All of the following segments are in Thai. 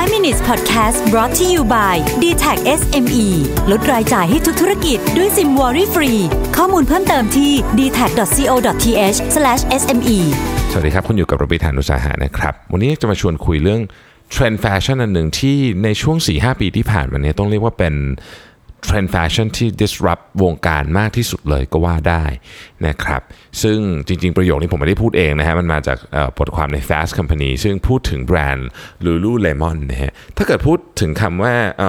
5 minutes podcast brought to you by DTAC SME ลดรายจ่ายให้ทุกธุรกิจด้วยซิมวอรี่ฟรีข้อมูลเพิ่มเติมที่ dtac.co.th/sme สวัสดีครับคุณอยู่กับรบิธานุสาหะนะครับวันนี้จะมาชวนคุยเรื่องเทรนด์แฟชั่นอันหนึ่งที่ในช่วง 4-5 ปีที่ผ่านมาเนี่ยต้องเรียกว่าเป็นเทรนด์แฟชั่นที่ disrupt วงการมากที่สุดเลยก็ว่าได้นะครับซึ่งจริงๆประโยคนี้ผมไม่ได้พูดเองนะฮะมันมาจากบทความใน Fast Company ซึ่งพูดถึงแบรนด์ Lululemon นะฮะถ้าเกิดพูดถึงคำว่า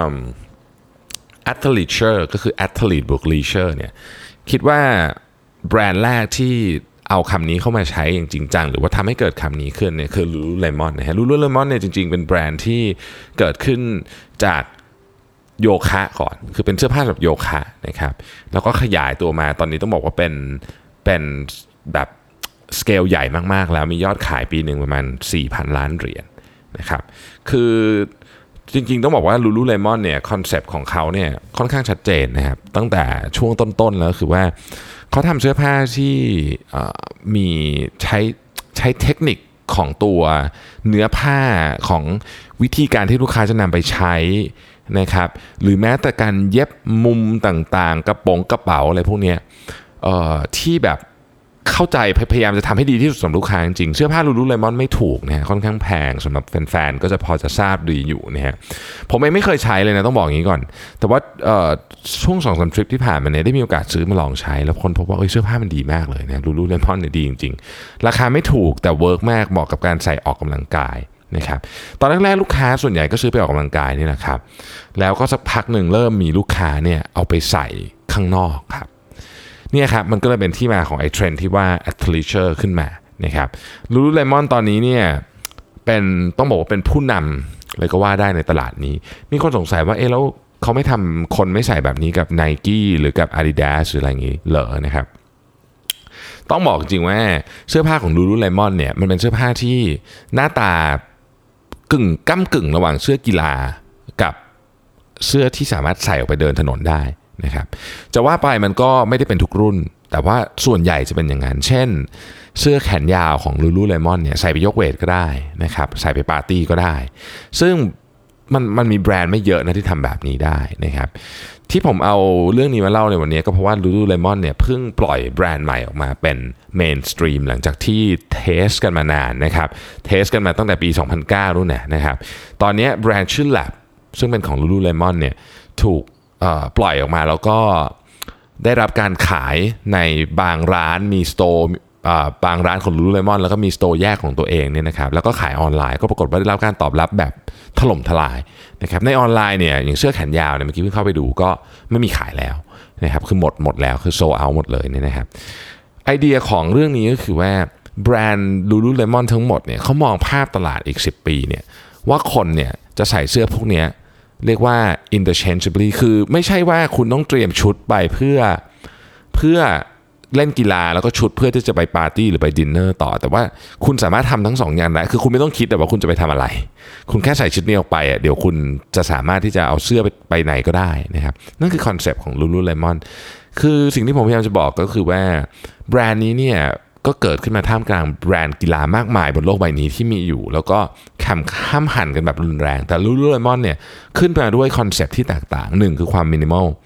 athleisure ก็คือ athlete บวก leisure เนี่ยคิดว่าแบรนด์แรกที่เอาคำนี้เข้ามาใช้อย่างจริงจังหรือว่าทำให้เกิดคำนี้ขึ้นเนี่ยคือ Lululemon นะฮะ Lululemon เนี่ยจริงๆเป็นแบรนด์ที่เกิดขึ้นจากโยคะก่อนคือเป็นเสื้อผ้าสำหรับโยคะนะครับแล้วก็ขยายตัวมาตอนนี้ต้องบอกว่าเป็นแบบสเกลใหญ่มากๆแล้วมียอดขายปีหนึ่งประมาณ 4,000 ล้านเหรียญนะครับคือจริงๆต้องบอกว่า Lululemon เนี่ยคอนเซปต์ของเขาเนี่ยค่อนข้างชัดเจนนะครับตั้งแต่ช่วงต้นๆแล้วคือว่าเขาทำเสื้อผ้าที่มีใช้เทคนิคของตัวเนื้อผ้าของวิธีการที่ลูกค้าจะนำไปใช้นะครับหรือแม้แต่การเย็บมุมต่างๆกระเป๋าอะไรพวกนี้ที่แบบเข้าใจพยายามจะทำให้ดีที่สุดสำหรับลูกค้าจริงๆเสื้อผ้า Lululemon ไม่ถูกนะค่อนข้างแพงสำหรับแฟนๆก็จะพอจะทราบดีอยู่นะฮะผมเองไม่เคยใช้เลยนะต้องบอกอย่างนี้ก่อนแต่ว่าช่วง 2-3 ทริปที่ผ่านมาเนี่ยได้มีโอกาสซื้อมาลองใช้แล้วคนพบว่าเสื้อผ้ามันดีมากเลยนะ Lululemon เนี่ยดีจริงๆราคาไม่ถูกแต่เวิร์กมากเหมาะกับการใส่ออกกำลังกายนะครับตอนแรกๆลูกค้าส่วนใหญ่ก็ซื้อไปออกกำลังกายนี่แหละครับแล้วก็สักพักหนึ่งเริ่มมีลูกค้าเนี่ยเอาไปใส่ข้างนอกครับเนี่ยครับมันก็เลยเป็นที่มาของไอ้เทรนด์ที่ว่า athleisure ขึ้นมานะครับ Lululemon ตอนนี้เนี่ยเป็นต้องบอกว่าเป็นผู้นำเลยก็ว่าได้ในตลาดนี้มีคนสงสัยว่าแล้วเขาไม่ทำคนไม่ใส่แบบนี้กับ Nike หรือกับ Adidas หรืออะไรอย่างนี้เหรอนะครับต้องบอกจริงว่าเสื้อผ้าของ Lululemon เนี่ยมันเป็นเสื้อผ้าที่หน้าตากึ่งระหว่างเสื้อกีฬากับเสื้อที่สามารถใส่ออกไปเดินถนนได้นะครับจะว่าไปมันก็ไม่ได้เป็นทุกรุ่นแต่ว่าส่วนใหญ่จะเป็นอย่างนั้นเช่นเสื้อแขนยาวของ Lululemon เนี่ยใส่ไปยกเวทก็ได้นะครับใส่ไปปาร์ตี้ก็ได้ซึ่งมันมีแบรนด์ไม่เยอะนะที่ทำแบบนี้ได้นะครับที่ผมเอาเรื่องนี้มาเล่าในวันนี้ก็เพราะว่า Lululemon เนี่ยเพิ่งปล่อยแบรนด์ใหม่ออกมาเป็นเมนสตรีมหลังจากที่เทสกันมานานนะครับเทสกันมาตั้งแต่ปี 2009 นู่นนะครับตอนนี้แบรนด์ชื่อ Lab ซึ่งเป็นของ Lululemon เนี่ยถูกปล่อยออกมาแล้วก็ได้รับการขายในบางร้านมีสโตร์บางร้านของ Lululemon แล้วก็มีสโตร์แยกของตัวเองเนี่ยนะครับแล้วก็ขายออนไลน์ก็ปรากฏว่าได้รับการตอบรับแบบถล่มทลายนะครับในออนไลน์เนี่ยอย่างเสื้อแขนยาวเนี่ยเมื่อกี้เพิ่งเข้าไปดูก็ไม่มีขายแล้วนะครับคือหมดแล้วคือโซลเอาท์หมดเลยเนี่ยนะครับไอเดียของเรื่องนี้ก็คือว่าแบรนด์ Lululemon ทั้งหมดเนี่ยเขามองภาพตลาดอีก10ปีเนี่ยว่าคนเนี่ยจะใส่เสื้อพวกนี้เรียกว่า interchangeably คือไม่ใช่ว่าคุณต้องเตรียมชุดไปเพื่อเล่นกีฬาแล้วก็ชุดเพื่อที่จะไปปาร์ตี้หรือไปดินเนอร์ต่อแต่ว่าคุณสามารถทำทั้ง2อย่างได้คือคุณไม่ต้องคิดแต่ว่าคุณจะไปทำอะไรคุณแค่ใส่ชุดนี้ออกไปเดี๋ยวคุณจะสามารถที่จะเอาเสื้อไปไหนก็ได้นะครับนั่นคือคอนเซปต์ของ Lululemon คือสิ่งที่ผมพยายามจะบอกก็คือว่าแบรนด์นี้เนี่ยก็เกิดขึ้นมาท่ามกลางแบรนด์กีฬามากมายบนโลกใบนี้ที่มีอยู่แล้วก็ห้ามหันกันแบบรุนแรงแต่ Lululemon เนี่ยขึ้นมาด้วยคอนเซปต์ที่แตกต่าง1คือความมินิมอล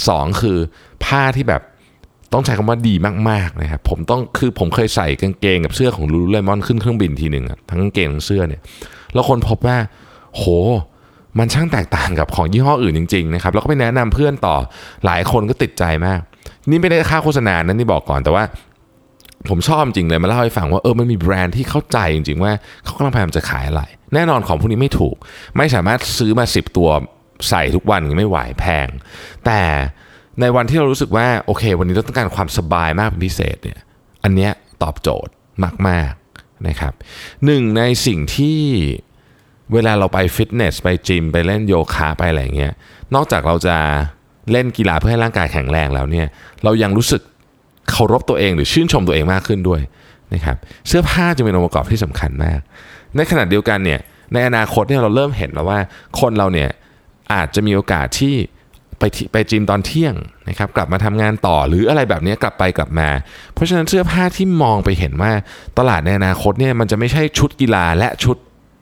2คือผ้าที่แบบต้องใช้คำว่าดีมากๆนะครับผมเคยใส่กางเกงกับเสื้อของ Lululemon ขึ้นเครื่องบินทีนึงทั้งกางเกงทั้งเสื้อเนี่ยแล้วคนพบว่าโหมันช่างแตกต่างกับของยี่ห้ออื่นจริงๆนะครับแล้วก็ไปแนะนำเพื่อนต่อหลายคนก็ติดใจมากนี่ไม่ได้ค่าโฆษณานั้นนี่บอกก่อนแต่ว่าผมชอบจริงเลยมาเล่าให้ฟังว่ามันมีแบรนด์ที่เข้าใจจริงๆว่าเขากำลังพยายามจะขายอะไรแน่นอนของพวกนี้ไม่ถูกไม่สามารถซื้อมา10ตัวใส่ทุกวันไม่ไหวแพงแต่ในวันที่เรารู้สึกว่าโอเควันนี้เราต้องการความสบายมากเป็นพิเศษเนี่ยอันเนี้ยตอบโจทย์มากๆนะครับหนึ่งในสิ่งที่เวลาเราไปฟิตเนสไปจิมไปเล่นโยคะไปอะไรเงี้ยนอกจากเราจะเล่นกีฬาเพื่อให้ร่างกายแข็งแรงแล้วเนี่ยเรายังรู้สึกเคารพตัวเองหรือชื่นชมตัวเองมากขึ้นด้วยนะครับเสื้อผ้าจะเป็นองค์ประกอบที่สำคัญมากในขณะเดียวกันเนี่ยในอนาคตเนี่ยเราเริ่มเห็นแล้วว่าคนเราเนี่ยอาจจะมีโอกาสที่ไปจิมตอนเที่ยงนะครับกลับมาทำงานต่อหรืออะไรแบบนี้กลับไปกลับมาเพราะฉะนั้นเสื้อผ้าที่มองไปเห็นว่าตลาดในอนาคตเนี่ยมันจะไม่ใช่ชุดกีฬาและชุด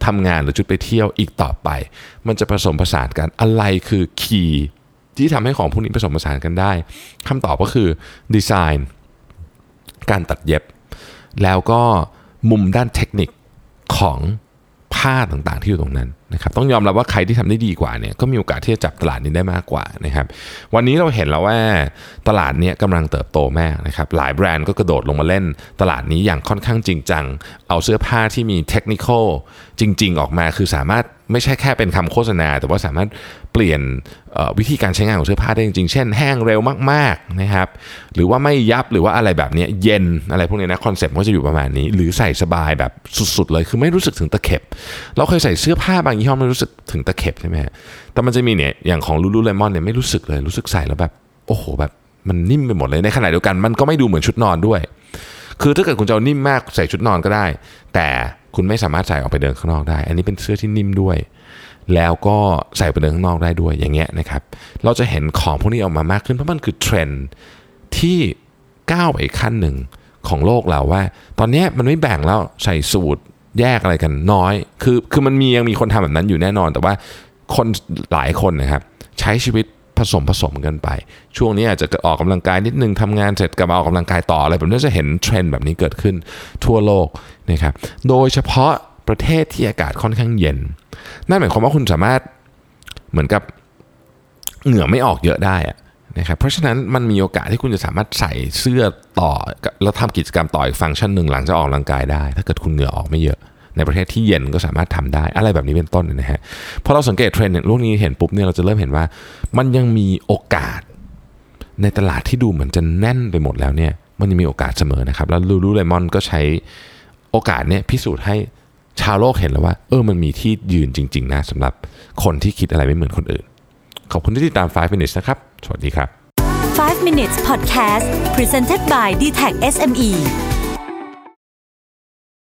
ทำงานหรือชุดไปเที่ยวอีกต่อไปมันจะผสมผสานกันอะไรคือคีย์ที่ทำให้ของพวกนี้ผสมผสานกันได้คำตอบก็คือดีไซน์การตัดเย็บแล้วก็มุมด้านเทคนิคของผ้าต่างๆที่อยู่ตรงนั้นนะครับต้องยอมรับว่าใครที่ทำได้ดีกว่าเนี่ยก็มีโอกาสที่จะจับตลาดนี้ได้มากกว่านะครับวันนี้เราเห็นแล้วว่าตลาดนี้กำลังเติบโตมากนะครับหลายแบรนด์ก็กระโดดลงมาเล่นตลาดนี้อย่างค่อนข้างจริงจังเอาเสื้อผ้าที่มีเทคนิคอลจริงๆออกมาคือสามารถไม่ใช่แค่เป็นคำโฆษณาแต่ว่าสามารถเปลี่ยนวิธีการใช้งานของเสื้อผ้าได้จริงๆเช่นแห้งเร็วมากๆนะครับหรือว่าไม่ยับหรือว่าอะไรแบบนี้เย็นอะไรพวกนี้นะคอนเซ็ปต์ก็จะอยู่ประมาณนี้หรือใส่สบายแบบสุดๆเลยคือไม่รู้สึกถึงตะเข็บเราเคยใส่เสื้อผ้าบางยี่ห้อไม่รู้สึกถึงตะเข็บใช่ไหมฮะแต่มันจะมีเนี่ยอย่างของ Lululemon เนี่ยไม่รู้สึกเลยรู้สึกใส่แล้วแบบโอ้โหแบบมันนิ่มไปหมดเลยในขณะเดียวกันมันก็ไม่ดูเหมือนชุดนอนด้วยคือถ้าเกิดคุณจะเอานิ่มมากใส่ชุดนอนก็ได้แต่คุณไม่สามารถใส่ออกไปเดินข้างนอกได้อันนี้เป็นเสื้อที่นิ่มด้วยแล้วก็ใส่ไปเดินข้างนอกได้ด้วยอย่างเงี้ยนะครับเราจะเห็นของพวกนี้ออกมามากขึ้นเพราะมันคือเทรนด์ที่ก้าวไปอีกขั้นหนึ่งของโลกเราว่าตอนนี้มันไม่แบ่งแล้วใส่สูทแยกอะไรกันน้อยคือมันยังมีคนทำแบบนั้นอยู่แน่นอนแต่ว่าคนหลายคนนะครับใช้ชีวิตผสมกันไปช่วงนี้อาจจะออกกำลังกายนิดนึงทำงานเสร็จกลับมาออกกำลังกายต่ออะไรแบบนี้จะเห็นเทรนด์แบบนี้เกิดขึ้นทั่วโลกนะครับโดยเฉพาะประเทศที่อากาศค่อนข้างเย็นนั่นหมายความว่าคุณสามารถเหมือนกับเหงื่อไม่ออกเยอะได้นะครับเพราะฉะนั้นมันมีโอกาสที่คุณจะสามารถใส่เสื้อต่อแล้วทำกิจกรรมต่ออีกฟังก์ชันหนึ่งหลังจากออกกำลังกายได้ถ้าเกิดคุณเหงื่อออกไม่เยอะในประเทศที่เย็นก็สามารถทำได้อะไรแบบนี้เป็นต้นนะฮะพอเราสังเกตเทรนด์พวกนี้เห็นปุ๊บเนี่ยเราจะเริ่มเห็นว่ามันยังมีโอกาสในตลาดที่ดูเหมือนจะแน่นไปหมดแล้วเนี่ยมันยังมีโอกาสเสมอนะครับแล้วLululemonก็ใช้โอกาสนี้พิสูจน์ให้ชาวโลกเห็นแล้วว่ามันมีที่ยืนจริงๆนะสำหรับคนที่คิดอะไรไม่เหมือนคนอื่นขอบคุณที่ติดตาม5 minutes นะครับสวัสดีครับ 5 minutes podcast presented by DTAC SME